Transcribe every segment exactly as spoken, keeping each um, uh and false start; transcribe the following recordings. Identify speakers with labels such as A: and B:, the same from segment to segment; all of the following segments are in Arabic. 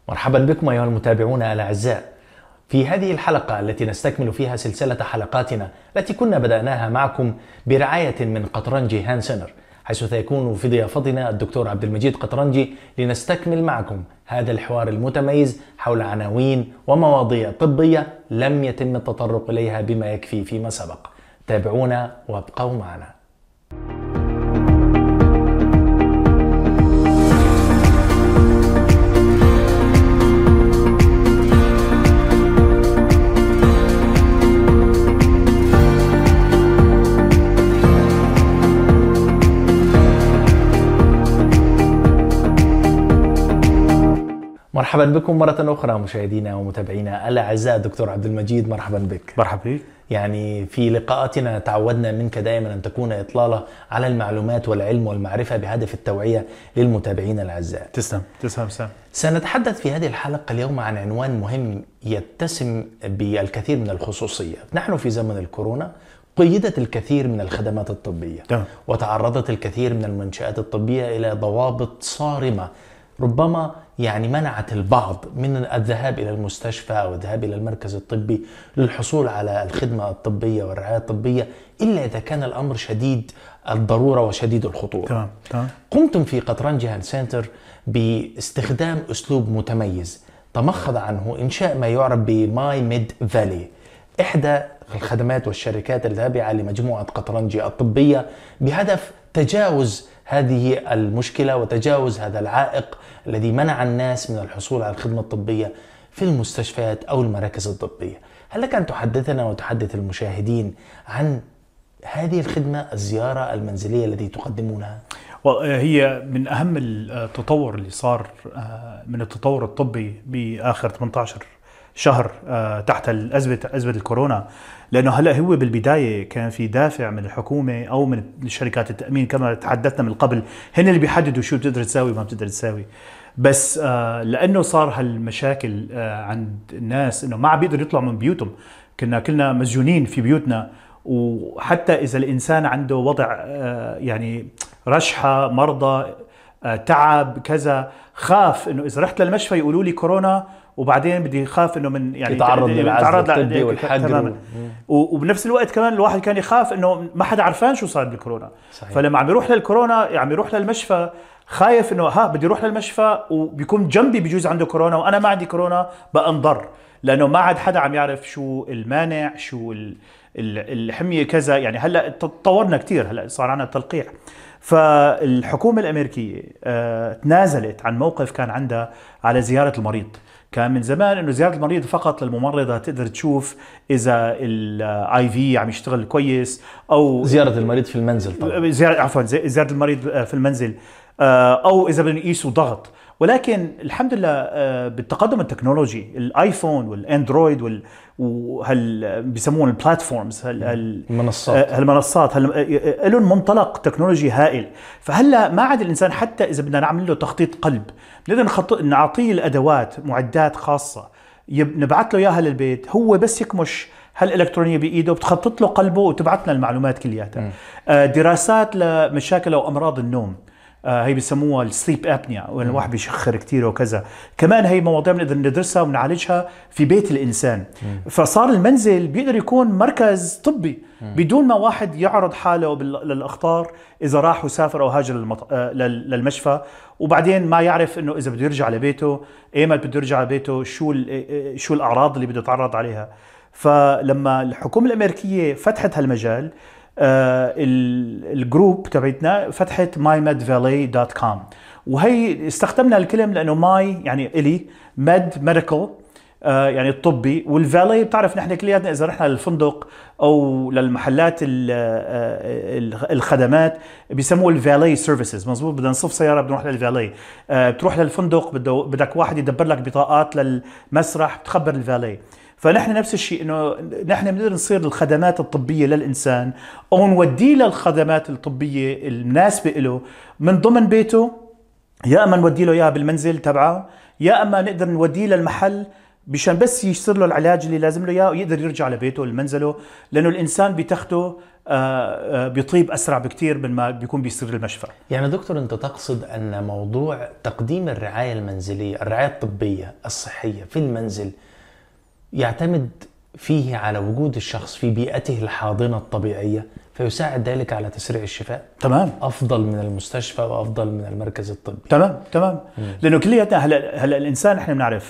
A: مرحبا بكم أيها المتابعون الأعزاء. في هذه الحلقة التي نستكمل فيها سلسلة حلقاتنا التي كنا بدأناها معكم برعاية من قطرنجي هاند سنتر، حيث سيكون في ضيافتنا الدكتور عبد المجيد قطرنجي لنستكمل معكم هذا الحوار المتميز حول عناوين ومواضيع طبية لم يتم التطرق إليها بما يكفي فيما سبق. تابعونا وابقوا معنا. مرحبا بكم مرة أخرى مشاهدينا ومتابعينا الأعزاء. دكتور عبد المجيد مرحبا بك.
B: مرحبا بك.
A: يعني في لقاءاتنا تعودنا منك دائما أن تكون إطلالة على المعلومات والعلم والمعرفة بهدف التوعية للمتابعين الأعزاء.
B: تسلم تسلم سام.
A: سنتحدث في هذه الحلقة اليوم عن عنوان مهم يتسم بالكثير من الخصوصية. نحن في زمن الكورونا قيدت الكثير من الخدمات الطبية
B: ده.
A: وتعرضت الكثير من المنشآت الطبية إلى ضوابط صارمة ربما يعني منعت البعض من الذهاب إلى المستشفى أو الذهاب إلى المركز الطبي للحصول على الخدمة الطبية والرعاية الطبية إلا إذا كان الأمر شديد الضرورة وشديد الخطورة.
B: تمام تمام.
A: قمتم في قطرنجي هاند سنتر باستخدام أسلوب متميز تمخض عنه إنشاء ما يعرف بماي ميد فالي، إحدى الخدمات والشركات التابعة لمجموعة قطرنجي الطبية، بهدف تجاوز هذه المشكلة وتجاوز هذا العائق الذي منع الناس من الحصول على الخدمة الطبية في المستشفيات أو المراكز الطبية. هل لك أن تحدثنا وتحدث المشاهدين عن هذه الخدمة الزيارة المنزلية التي تقدمونها؟
B: هي من أهم التطور اللي صار من التطور الطبي بآخر ثمانية عشر شهر تحت الأزمة أزمة الكورونا، لأنه هلأ هو بالبداية كان في دافع من الحكومة أو من شركات التأمين كما تحدثنا من قبل، هن اللي بيحددوا شو بتقدر تساوي وما بتقدر تساوي. بس لأنه صار هالمشاكل عند الناس إنه ما عم بيقدروا يطلعوا من بيوتهم، كنا كلنا مسجونين في بيوتنا، وحتى إذا الإنسان عنده وضع يعني رشحة مرضى تعب كذا، خاف إنه إذا رحت للمشفى يقولوا لي كورونا وبعدين بدي خاف انه من يعني
A: يتعرض للعزل الطبي والحجر،
B: وبنفس الوقت كمان الواحد كان يخاف انه ما حدا عرفان شو صار بالكورونا. صحيح. فلما عم يروح للكورونا عم يروح للمشفى خايف انه ها بدي اروح للمشفى وبيكون جنبي بيجوز عنده كورونا وانا ما عندي كورونا بقى انضر، لانه ما عاد حدا عم يعرف شو المانع شو الحمية كذا. يعني هلا تطورنا كتير، هلا صار عنا تلقيح. فالحكومة الامريكية تنازلت عن موقف كان عندها على زيارة المريض. كان من زمان انه زياره المريض فقط للممرضه تقدر تشوف اذا الاي في عم يشتغل كويس، او
A: زياره المريض في المنزل طبعا
B: زياره عفوا زياره المريض في المنزل، او اذا بدهم يقيسوا ضغط. ولكن الحمد لله بالتقدم التكنولوجي الايفون والاندرويد وال وهال بيسموهم البلاتفورمز
A: المنصات
B: هالمنصات لهم منطلق تكنولوجي هائل. فهلا ما عاد الانسان حتى اذا بدنا نعمل له تخطيط قلب نقدر نخطط نعطيه الادوات معدات خاصه نبعث له اياها للبيت، هو بس يكمش هالالكترونيه بايده بتخطط له قلبه وتبعث لنا المعلومات كلياتها. دراسات لمشاكل او امراض النوم، هي بيسموها السليب ابنيا وين الواحد بيشخر كثير وكذا، كمان هي مواضيع بنقدر ندرسها ونعالجها في بيت الانسان. مم. فصار المنزل بيقدر يكون مركز طبي مم. بدون ما واحد يعرض حاله للاخطار اذا راح وسافر او هاجر للمط... للمشفى، وبعدين ما يعرف انه اذا بده يرجع لبيته ايمتى بده يرجع لبيته، شو ال... شو الاعراض اللي بده يتعرض عليها. فلما الحكومه الامريكيه فتحت هالمجال، آه الجروب تبعتنا فتحت ماي ميد فالي دوت كوم، وهي استخدمنا الكلمه لانه ماي يعني الي ميد ميديكال آه يعني الطبي، والفالي بتعرف نحن كلياتنا اذا رحنا للفندق او للمحلات الخدمات بيسموه الفالي سيرفيسز، مزبوط. بدنا نصف سياره بنروح للفالي، آه بتروح للفندق بده بدك واحد يدبر لك بطاقات للمسرح بتخبر الفالي. فنحن نفس الشيء انه نحن بنقدر نصير الخدمات الطبيه للانسان او نوديه للخدمات الطبيه المناسبه له من ضمن بيته، يا اما نودي له اياها بالمنزل تبعه، يا اما نقدر نوديه للمحل مشان بس يصير له العلاج اللي لازم له اياه ويقدر يرجع لبيته لمنزله، لانه الانسان بتاخده بيطيب اسرع بكثير من ما بيكون بيصير المشفى.
A: يعني دكتور انت تقصد ان موضوع تقديم الرعايه المنزليه، الرعايه الطبيه الصحيه في المنزل يعتمد فيه على وجود الشخص في بيئته الحاضنه الطبيعيه، فيساعد ذلك على تسريع الشفاء.
B: تمام.
A: افضل من المستشفى وافضل من المركز الطبي.
B: تمام تمام. مم. لانه كلياتنا هلا هلا الانسان احنا بنعرف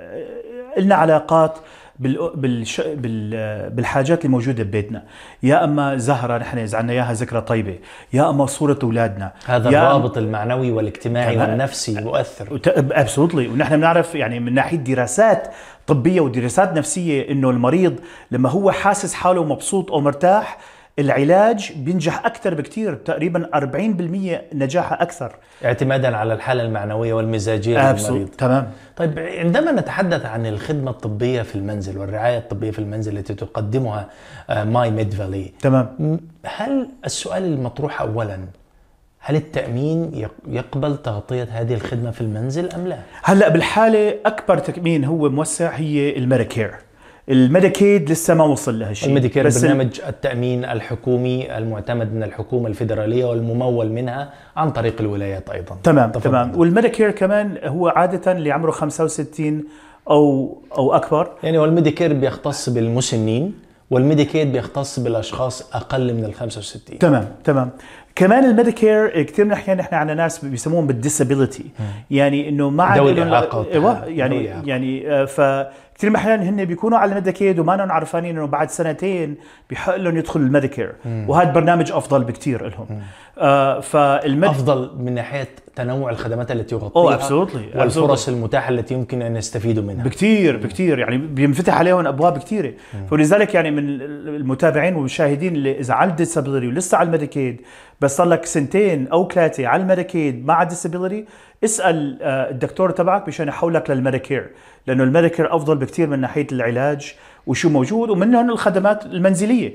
B: لنا علاقات بال بالش... بال بالحاجات اللي موجوده ببيتنا، يا اما زهره نحن زعلنا اياها ذكرى طيبه، يا اما صوره اولادنا،
A: هذا الرابط أم... المعنوي والاجتماعي والنفسي مؤثر.
B: ابسولوتلي. ونحن بنعرف يعني من ناحيه دراسات طبيه ودراسات نفسيه انه المريض لما هو حاسس حاله مبسوط او مرتاح العلاج بينجح أكثر بكتير، تقريبا أربعين بالمئة نجاحها أكثر،
A: اعتمادا على الحالة المعنوية والمزاجية للمريض.
B: تمام.
A: طيب عندما نتحدث عن الخدمة الطبية في المنزل والرعاية الطبية في المنزل التي تقدمها ماي ميد فالي،
B: تمام،
A: هل السؤال المطروح أولا، هل التأمين يقبل تغطية هذه الخدمة في المنزل أم لا؟
B: هلأ بالحالة أكبر تأمين هو موسع هي الميديكير. الميديكيد لسه ما وصل لهالشيء.
A: الميديكير برنامج التأمين الحكومي المعتمد من الحكومة الفيدرالية والممول منها عن طريق الولايات أيضا.
B: تمام تفضل. تمام. والميديكير كمان هو عادة اللي عمره خمسة وستين أو أو أكبر.
A: يعني والميديكير بيختص بالمسنين والميديكيد بيختص بالأشخاص أقل من ال خمسة وستين.
B: تمام تمام. كمان الميديكير كثير من الأحيان إحنا عندنا ناس بيسموهم بالديسابيليتي، يعني إنه ما
A: عندهم
B: ايوه يعني يعني فكثير من الأحيان هن بيكونوا على الميديكيد وما نحن عارفين إنه بعد سنتين بيحق لهم يدخلوا الميديكير، وهذا برنامج أفضل بكثير لهم. آه فالمد...
A: أفضل من ناحية تنوع الخدمات التي يغطيها
B: أبسولوتلي.
A: والفرص المتاحة التي يمكن أن يستفيدوا منها
B: بكثير بكثير، يعني بينفتح عليهم أبواب كثيرة. فلذلك يعني من المتابعين والمشاهدين اللي إذا على الديسابيليتي ولسه على الميديكيد بس صار لك سنتين أو ثلاثة على الميديكيد مع الديسابيليتي، اسأل الدكتور تبعك مشان يحولك للميديكير، لأنه الميديكير أفضل بكثير من ناحية العلاج وشو موجود ومنهم الخدمات المنزلية.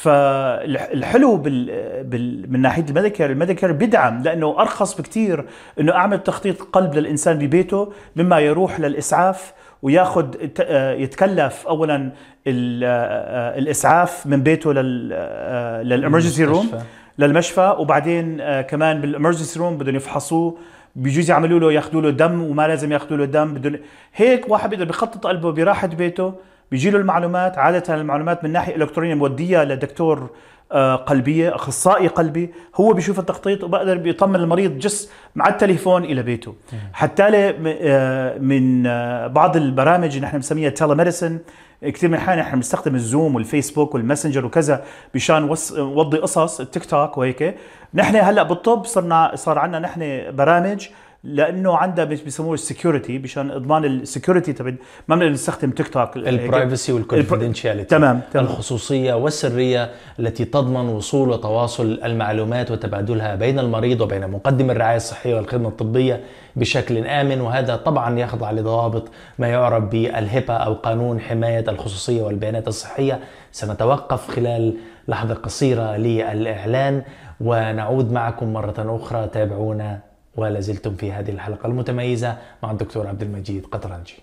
B: فالحلو بال... بال... من ناحية الميديكير، الميديكير بيدعم لأنه أرخص بكثير إنه أعمل تخطيط قلب للإنسان ببيته مما يروح للإسعاف وياخذ يتكلف أولا الإسعاف من بيته لل للإمرجنسي روم للمشفى، وبعدين كمان بالإمرجنسي روم بدهم يفحصوه، بيجوز يعملوا له ياخذوا له دم وما لازم ياخذوا له دم، بدون هيك واحد بيقدر بيخطط قلبه براحة بيته، بيجي له المعلومات. عادة المعلومات من ناحية إلكترونية مودية لدكتور قلبية أخصائي قلبي، هو بيشوف التخطيط وبقدر بيطمن المريض جس مع التليفون إلى بيته. حتى من بعض البرامج اللي نحن بنسميها تيليميديسن، كثير من الأحيان نحن بنستخدم الزوم والفيسبوك والماسنجر وكذا بشان وضي قصص التيك توك وهيك. نحن هلا بالطب صرنا صار عندنا نحن برامج لانه عندها بيسموه السكيورتي، بشان اضمان السكيورتي تبع ما بنقدر نستخدم تيك توك،
A: البرايفسي والكونفيدنشاليتي.
B: تمام تمام.
A: الخصوصيه والسريه التي تضمن وصول وتواصل المعلومات وتبادلها بين المريض وبين مقدم الرعايه الصحيه والخدمه الطبيه بشكل امن، وهذا طبعا يخضع لضوابط ما يعرف بالهيبا او قانون حمايه الخصوصيه والبيانات الصحيه. سنتوقف خلال لحظه قصيره للاعلان ونعود معكم مره اخرى. تابعونا ولا زلتم في هذه الحلقة المتميزة مع الدكتور عبد المجيد قطرنجي.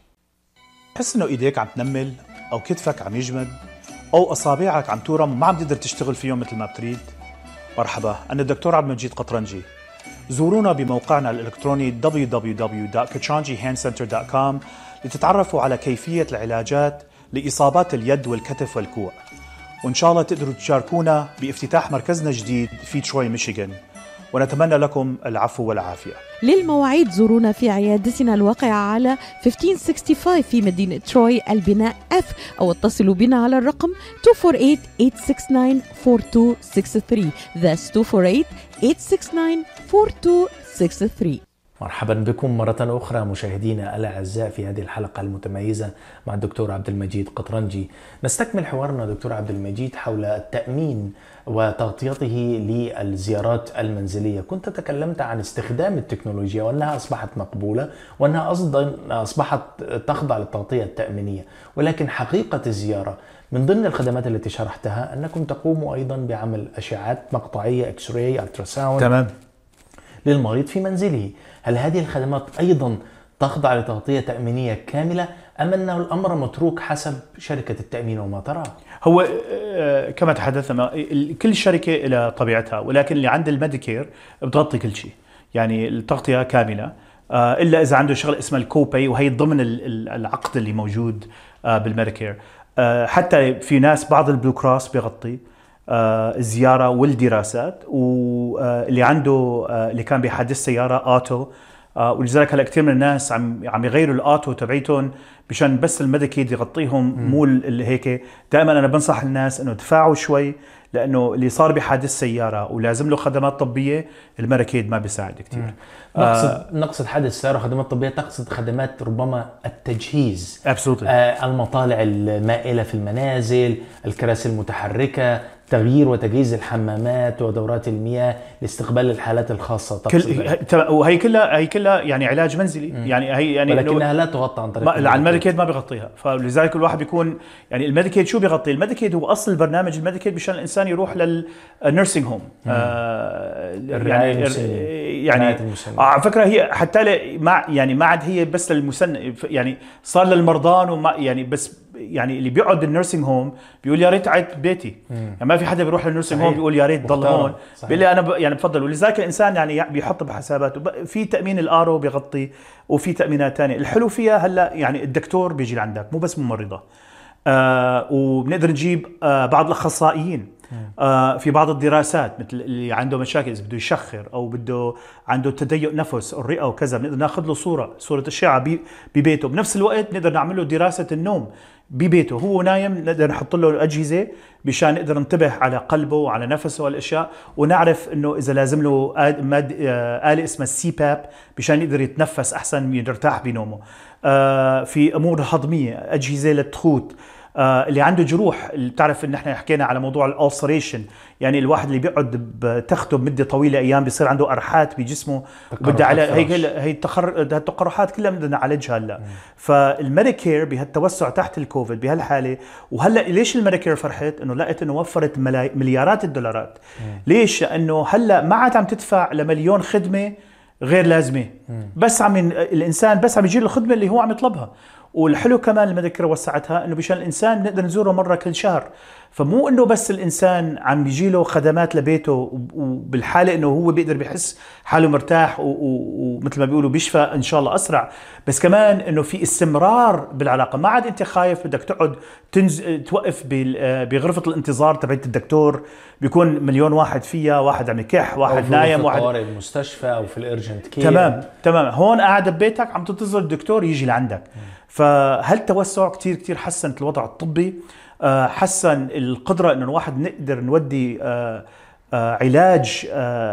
B: تحس انه ايديك عم تنمل او كتفك عم يجمد او اصابعك عم تورم وما عم تقدر تشتغل فيهم مثل ما بتريد؟ مرحبا، انا الدكتور عبد المجيد قطرنجي. زورونا بموقعنا الالكتروني دبليو دبليو دبليو دوت كترانجي هاند سنتر دوت كوم لتتعرفوا على كيفية العلاجات لإصابات اليد والكتف والكوع، وإن شاء الله تقدروا تشاركونا بافتتاح مركزنا الجديد في تروي ميشيغان، ونتمنى لكم العفو والعافية.
C: للمواعيد زورونا في عيادتنا الواقعة على خمسة عشر خمسة وستين في مدينة تروي البناء F، أو اتصلوا بنا على الرقم اثنين أربعة ثمانية ثمانية ستة تسعة أربعة اثنين ستة ثلاثة. That's اثنين أربعة ثمانية ستة تسعة أربعة اثنين ستة ثلاثة.
A: مرحبا بكم مرة أخرى مشاهدينا الأعزاء في هذه الحلقة المتميزة مع الدكتور عبد المجيد قطرنجي. نستكمل حوارنا دكتور عبد المجيد حول التأمين وتغطيته للزيارات المنزلية. كنت تكلمت عن استخدام التكنولوجيا وأنها أصبحت مقبولة وأنها أصبحت تخضع للتغطية التأمينية، ولكن حقيقة الزيارة من ضمن الخدمات التي شرحتها أنكم تقوموا أيضا بعمل أشعات مقطعية إكس راي ألتراساوند
B: تمام للمريض
A: في منزله. هل هذه الخدمات أيضا تخضع لتغطية تأمينية كاملة أم أن الأمر متروك حسب شركة التأمين وما ترى؟
B: هو كما تحدثنا كل شركة إلى طبيعتها، ولكن اللي عند الميديكير بتغطي كل شيء، يعني التغطية كاملة إلا إذا عنده شغل اسمه الكوبي، وهي ضمن العقد اللي موجود بالميديكير. حتى في ناس بعض البلو كروس بيغطي الزيارة والدراسات، واللي عنده اللي كان بحادث سيارة آتو، ولذلك هلا كثير من الناس عم عم يغيروا الآتو تبعيتهم مشان بس الميديكيد يغطيهم، مو اللي هيك. دائما أنا بنصح الناس إنه دفعوا شوي، لأنه اللي صار بحادث سيارة ولازم له خدمات طبية الميديكيد ما بيساعد كثير.
A: نقصد آه نقصد حادث السيارة خدمات طبية، تقصد خدمات ربما التجهيز،
B: آه
A: المطالع المائلة في المنازل، الكراسي المتحركة، تغيير وتجهيز الحمامات ودورات المياه لاستقبال الحالات الخاصة.
B: كل وهي كلها هي كلها يعني علاج منزلي. مم. يعني هي يعني
A: ولكنها لا تغطى عن طريق
B: ما الميديكيد، ما بيغطيها. فلذلك الواحد بيكون يعني الميديكيد شو بيغطي؟ الميديكيد هو اصل البرنامج الميديكيد مشان الانسان يروح للنيرسينج هوم. آه يعني يعني على فكرة هي حتى ما يعني ما عاد هي بس للمسن، يعني صار للمرضان وما يعني بس يعني اللي بيقعد بالنيرسينج هوم بيقول يا ريت قعدت ببيتي. يعني ما في حدا بيروح للنيرسينج هوم بيقول يا ريت ضل هون، بيقول لي انا ب... يعني بفضل. ولذلك الانسان يعني بيحط بحساباته. في تامين الارو بيغطي، وفي تامينات ثانيه. الحلو فيها هلا يعني الدكتور بيجي لعندك مو بس ممرضه، آه وبنقدر نجيب آه بعض الاخصائيين. آه في بعض الدراسات مثل اللي عنده مشاكل اذا بده يشخر او بده عنده تضيق نفس او الرئه وكذا، بنقدر ناخذ له صوره صوره اشعه ببيته. بنفس الوقت بنقدر نعمل له دراسه النوم ببيته هو نايم، نقدر نحط له اجهزه مشان نقدر ننتبه على قلبه وعلى نفسه والاشياء، ونعرف انه اذا لازم له آلة اسمها السي باب مشان يقدر يتنفس احسن يرتاح بنومه. آه في امور هضميه، اجهزه للتخوت. آه اللي عنده جروح، اللي بتعرف ان احنا حكينا على موضوع الالسريشن، يعني الواحد اللي بيقعد بتخته بمده طويله ايام بيصير عنده ارحات بجسمه، بدها على هي هي التقرحات كلها بدنا نعالجها هلا. فالميديكير بهالتوسع تحت الكوفيد بهالحاله، وهلا ليش الميديكير فرحت؟ انه لقيت انه وفرت مليارات الدولارات. مم. ليش؟ لانه هلا ما عاد عم تدفع لمليون خدمه غير لازمه، مم. بس عم الانسان بس عم يجي له الخدمه اللي هو عم يطلبها. والحلو كمان الميديكير وسعتها انه مشان الانسان نقدر نزوره مره كل شهر، فمو انه بس الانسان عم بيجي له خدمات لبيته وبالحاله انه هو بيقدر بيحس حاله مرتاح ومثل ما بيقولوا بيشفى ان شاء الله اسرع، بس كمان انه في استمرار بالعلاقه. ما عاد انت خايف بدك تقعد تنز... توقف بغرفه الانتظار تبعت الدكتور بيكون مليون واحد فيها، واحد عم يكح، واحد نايم، واحد
A: في المستشفى او في الارجنت كير.
B: تمام تمام. هون قاعد ببيتك عم تنتظر الدكتور يجي لعندك. فهالتوسع كتير كتير حسنت الوضع الطبي، حسن القدرة إنه الواحد نقدر نودي علاج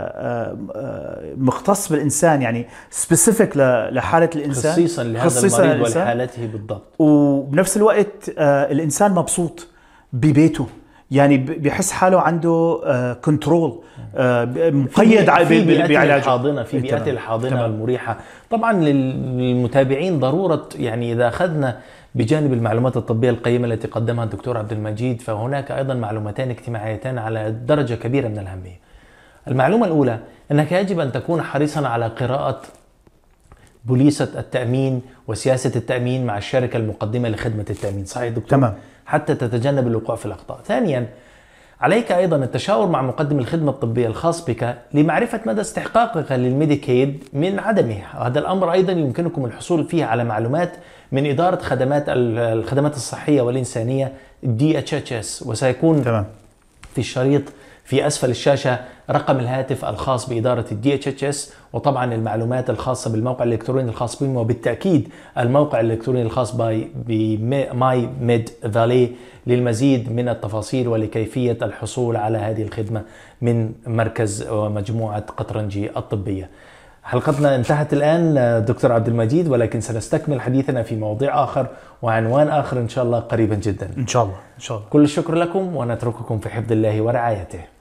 B: مختص بالإنسان، يعني سبيسيفيك لحالة الإنسان،
A: خصيصا لهذا المريض ولحالته بالضبط.
B: وبنفس الوقت الإنسان مبسوط ببيته، يعني بيحس حاله عنده كنترول مقيد
A: بعلاج الحاضنه، في بيئته الحاضنه المريحه. طبعا للمتابعين ضروره، يعني اذا اخذنا بجانب المعلومات الطبيه القيمه التي قدمها الدكتور عبد المجيد، فهناك ايضا معلومتان اجتماعيتان على درجه كبيره من الاهميه. المعلومه الاولى انك يجب ان تكون حريصا على قراءه بوليصه التامين وسياسه التامين مع الشركه المقدمه لخدمه التامين. صحيح دكتور؟
B: تمام.
A: حتى تتجنب الوقوع في الأخطاء. ثانياً، عليك أيضاً التشاور مع مقدم الخدمة الطبية الخاص بك لمعرفة مدى استحقاقك للميديكيد من عدمه. هذا الأمر أيضاً يمكنكم الحصول فيه على معلومات من إدارة خدمات الخدمات الصحية والإنسانية دي إتش إتش إس، وسيكون
B: تمام
A: في الشريط في أسفل الشاشة رقم الهاتف الخاص بإدارة الدي إتش إتش إس، وطبعا المعلومات الخاصة بالموقع الإلكتروني الخاص بهم، وبالتأكيد الموقع الإلكتروني الخاص بماي ميد فالي للمزيد من التفاصيل ولكيفية الحصول على هذه الخدمة من مركز ومجموعة قطرنجي الطبية. حلقتنا انتهت الآن دكتور عبد المجيد، ولكن سنستكمل حديثنا في موضوع آخر وعنوان آخر إن شاء الله قريبا جدا.
B: إن شاء الله إن شاء الله.
A: كل الشكر لكم، ونترككم في حفظ الله ورعايته.